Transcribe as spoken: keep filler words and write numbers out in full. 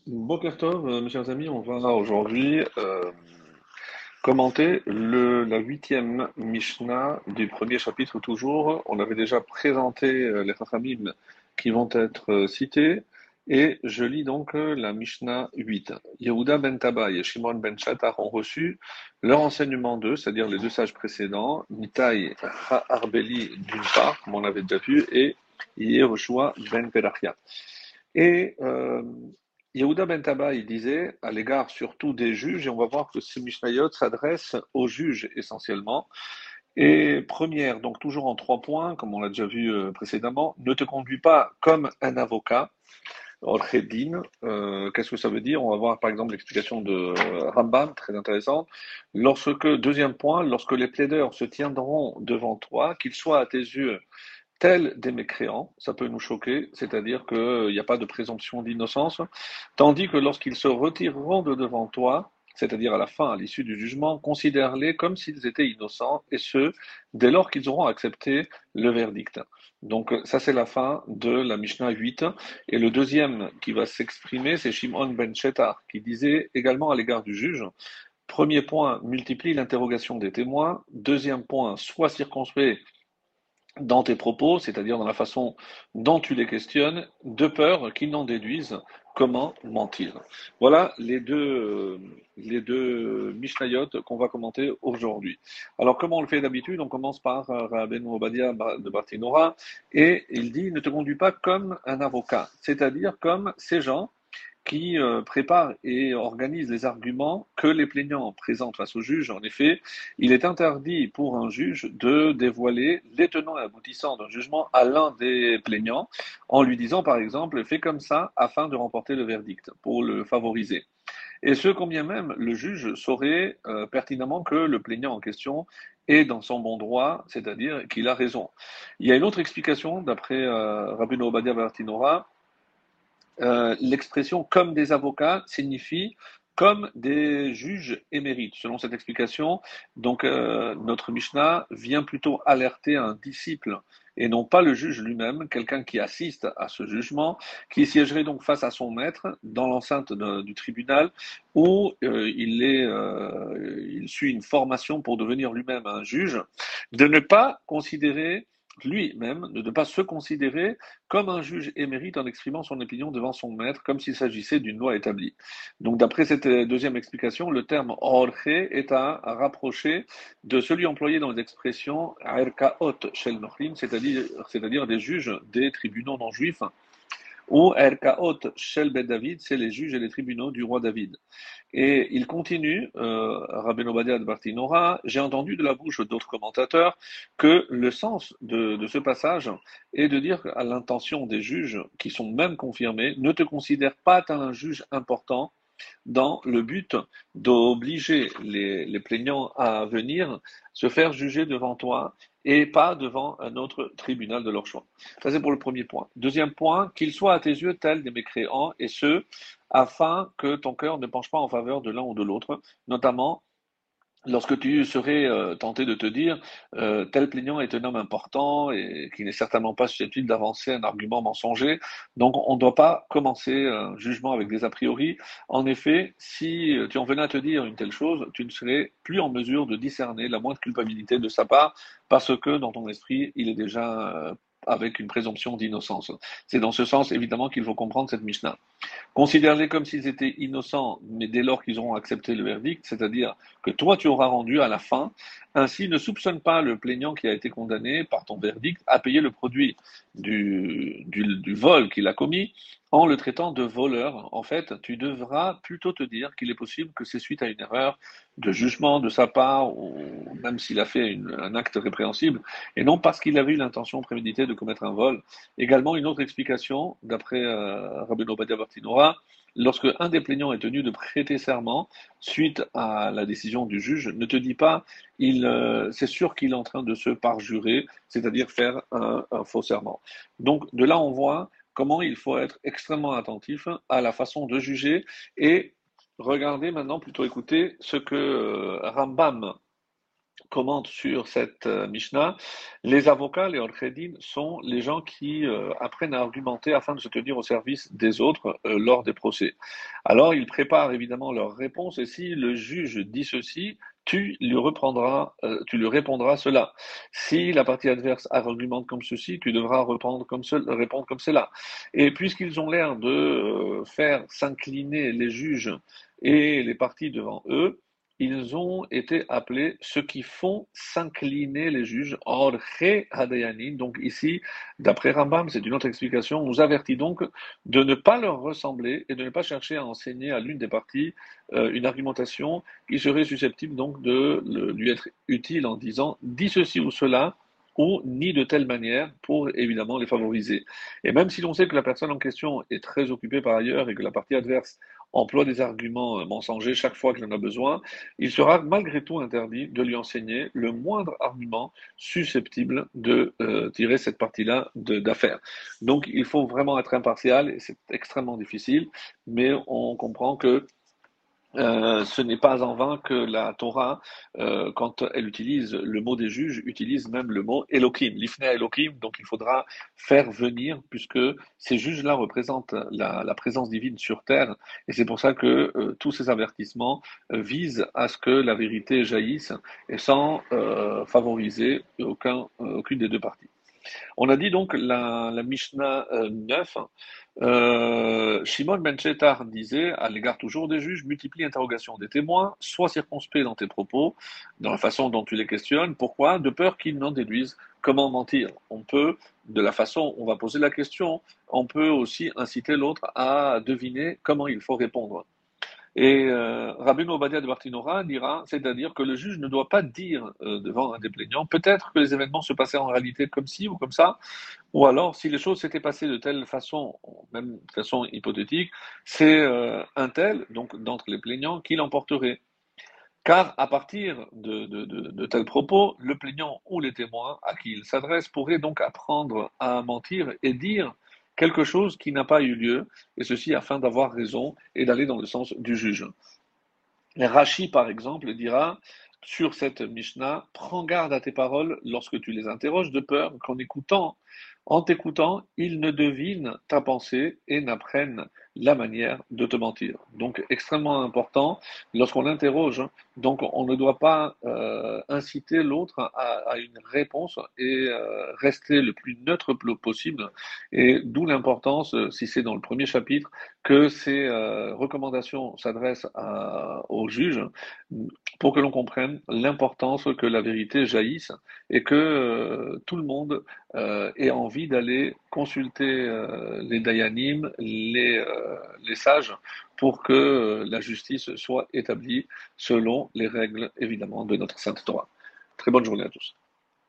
Boker Tov, euh, mes chers amis, on va aujourd'hui euh, commenter le, la huitième Mishnah du premier chapitre toujours. On avait déjà présenté euh, les Chachamim qui vont être euh, cités, et je lis donc euh, la Mishnah huit. Yehuda ben Tabai et Shimon ben Shattar ont reçu leur enseignement d'eux, c'est-à-dire les deux sages précédents, Nitai Ha'arbeli d'une part, comme on avait déjà vu, et Yehoshua ben Perachia. Et euh, Yehuda ben Taba, il disait, à l'égard surtout des juges, et on va voir que ce Mishnayot s'adresse aux juges essentiellement. Et première, donc toujours en trois points, comme on l'a déjà vu euh, précédemment, ne te conduis pas comme un avocat. Orchedin, euh, qu'est-ce que ça veut dire? On va voir par exemple l'explication de euh, Rambam, très intéressante. Lorsque, deuxième point, lorsque les plaideurs se tiendront devant toi, qu'ils soient à tes yeux tels des mécréants, ça peut nous choquer, c'est-à-dire qu'il n'y a pas de présomption d'innocence, tandis que lorsqu'ils se retireront de devant toi, c'est-à-dire à la fin, à l'issue du jugement, considère-les comme s'ils étaient innocents, et ce, dès lors qu'ils auront accepté le verdict. Donc ça c'est la fin de la Mishnah huit, et le deuxième qui va s'exprimer, c'est Shimon ben Shettar, qui disait également à l'égard du juge, premier point, multiplie l'interrogation des témoins, deuxième point, sois circonspect dans tes propos, c'est-à-dire dans la façon dont tu les questionnes, de peur qu'ils n'en déduisent comment mentir. Voilà les deux, euh, les deux Mishnayot qu'on va commenter aujourd'hui. Alors, comment on le fait d'habitude? On commence par euh, Rabbeinu Obadia de Bartinora, et il dit, ne te conduis pas comme un avocat, c'est-à-dire comme ces gens qui euh, prépare et organise les arguments que les plaignants présentent face au juge. En effet, il est interdit pour un juge de dévoiler les tenants et aboutissants d'un jugement à l'un des plaignants en lui disant par exemple fais comme ça afin de remporter le verdict pour le favoriser. Et ce, combien même le juge saurait euh, pertinemment que le plaignant en question est dans son bon droit, c'est-à-dire qu'il a raison. Il y a une autre explication d'après euh, Rabbi Obadia Bartinora. Euh, l'expression comme des avocats signifie comme des juges émérites. Selon cette explication, donc euh, notre Mishnah vient plutôt alerter un disciple et non pas le juge lui-même, quelqu'un qui assiste à ce jugement, qui siégerait donc face à son maître dans l'enceinte de, du tribunal où euh, il, est, euh, il suit une formation pour devenir lui-même un juge, de ne pas considérer lui-même, de ne pas se considérer comme un juge émérite en exprimant son opinion devant son maître, comme s'il s'agissait d'une loi établie. Donc, d'après cette deuxième explication, le terme orche est à, à rapprocher de celui employé dans les expressions erkaot shel nochrim, c'est-à-dire, c'est-à-dire des juges des tribunaux non juifs, ou erkaot shel bet David, c'est les juges et les tribunaux du roi David. Et il continue, euh, Rabbeinu Obadia de Bartinora, j'ai entendu de la bouche d'autres commentateurs que le sens de, de ce passage est de dire à l'intention des juges, qui sont même confirmés, ne te considère pas tel un juge important dans le but d'obliger les, les plaignants à venir se faire juger devant toi et pas devant un autre tribunal de leur choix. Ça, c'est pour le premier point. Deuxième point, qu'ils soient à tes yeux tels des mécréants, et ce, afin que ton cœur ne penche pas en faveur de l'un ou de l'autre, notamment lorsque tu serais euh, tenté de te dire euh, tel plaignant est un homme important et qui n'est certainement pas susceptible d'avancer un argument mensonger, donc on ne doit pas commencer un jugement avec des a priori. En effet, si tu en venais à te dire une telle chose, tu ne serais plus en mesure de discerner la moindre culpabilité de sa part parce que dans ton esprit, il est déjà euh, avec une présomption d'innocence. C'est dans ce sens, évidemment, qu'il faut comprendre cette Mishnah. Considère-les comme s'ils étaient innocents, mais dès lors qu'ils auront accepté le verdict, c'est-à-dire que toi tu auras rendu à la fin. Ainsi, ne soupçonne pas le plaignant qui a été condamné par ton verdict à payer le produit du, du, du vol qu'il a commis en le traitant de voleur. En fait, tu devras plutôt te dire qu'il est possible que c'est suite à une erreur de jugement de sa part, ou même s'il a fait une, un acte répréhensible, et non parce qu'il avait eu l'intention préméditée de commettre un vol. Également, une autre explication, d'après euh, Rabbi Obadia Bartinora, lorsque un des plaignants est tenu de prêter serment suite à la décision du juge, ne te dis pas, il, euh, c'est sûr qu'il est en train de se parjurer, c'est-à-dire faire un, un faux serment. Donc, de là, on voit comment il faut être extrêmement attentif à la façon de juger et regarder maintenant, plutôt écouter ce que euh, Rambam commente sur cette euh, Mishnah, les avocats, les Olchedim, sont les gens qui euh, apprennent à argumenter afin de se tenir au service des autres euh, lors des procès. Alors, ils préparent évidemment leurs réponses et si le juge dit ceci, tu lui reprendras, euh, tu lui répondras cela. Si la partie adverse argumente comme ceci, tu devras répondre comme, ce, répondre comme cela. Et puisqu'ils ont l'air de euh, faire s'incliner les juges et les parties devant eux, ils ont été appelés ceux qui font s'incliner les juges, Orche Hadayanin. Donc ici, d'après Rambam, c'est une autre explication, on nous avertit donc de ne pas leur ressembler et de ne pas chercher à enseigner à l'une des parties euh, une argumentation qui serait susceptible donc de le- lui être utile en disant dis ceci ou cela, ou ni de telle manière pour évidemment les favoriser. Et même si l'on sait que la personne en question est très occupée par ailleurs et que la partie adverse emploie des arguments euh, mensongers chaque fois qu'il en a besoin, il sera malgré tout interdit de lui enseigner le moindre argument susceptible de euh, tirer cette partie-là de- d'affaire. Donc il faut vraiment être impartial et c'est extrêmement difficile, mais on comprend que euh, ce n'est pas en vain que la Torah, euh, quand elle utilise le mot des juges, utilise même le mot Elohim, l'ifnei Elohim, donc il faudra faire venir, puisque ces juges-là représentent la, la présence divine sur terre, et c'est pour ça que euh, tous ces avertissements euh, visent à ce que la vérité jaillisse, et sans euh, favoriser aucun, euh, aucune des deux parties. On a dit donc la, la Mishnah euh, neuf, euh, Shimon ben Chetar disait, à l'égard toujours des juges, multiplie l'interrogation des témoins, sois circonspect dans tes propos, dans la façon dont tu les questionnes. Pourquoi? De peur qu'ils n'en déduisent comment mentir. On peut, de la façon dont on va poser la question, on peut aussi inciter l'autre à deviner comment il faut répondre. Et euh, Rabbeinu Obadiah de Bartinora dira, c'est-à-dire que le juge ne doit pas dire euh, devant un des plaignants, peut-être que les événements se passaient en réalité comme ci ou comme ça, ou alors si les choses s'étaient passées de telle façon, même de façon hypothétique, c'est euh, un tel, donc d'entre les plaignants, qui l'emporterait. Car à partir de, de, de, de tels propos, le plaignant ou les témoins à qui il s'adresse pourraient donc apprendre à mentir et dire quelque chose qui n'a pas eu lieu, et ceci afin d'avoir raison et d'aller dans le sens du juge. Rachi, par exemple, dira sur cette Mishnah, prends garde à tes paroles lorsque tu les interroges, de peur qu'en écoutant, en t'écoutant, ils ne devinent ta pensée et n'apprennent la manière de te mentir. Donc, extrêmement important, lorsqu'on interroge, donc on ne doit pas euh, inciter l'autre à, à une réponse et euh, rester le plus neutre possible. Et d'où l'importance, si c'est dans le premier chapitre, que ces euh, recommandations s'adressent aux juges pour que l'on comprenne l'importance que la vérité jaillisse et que euh, tout le monde euh, ait envie d'aller consulter euh, les dayanim, les, euh, les sages, pour que euh, la justice soit établie selon les règles évidemment de notre Sainte Torah. Très bonne journée à tous.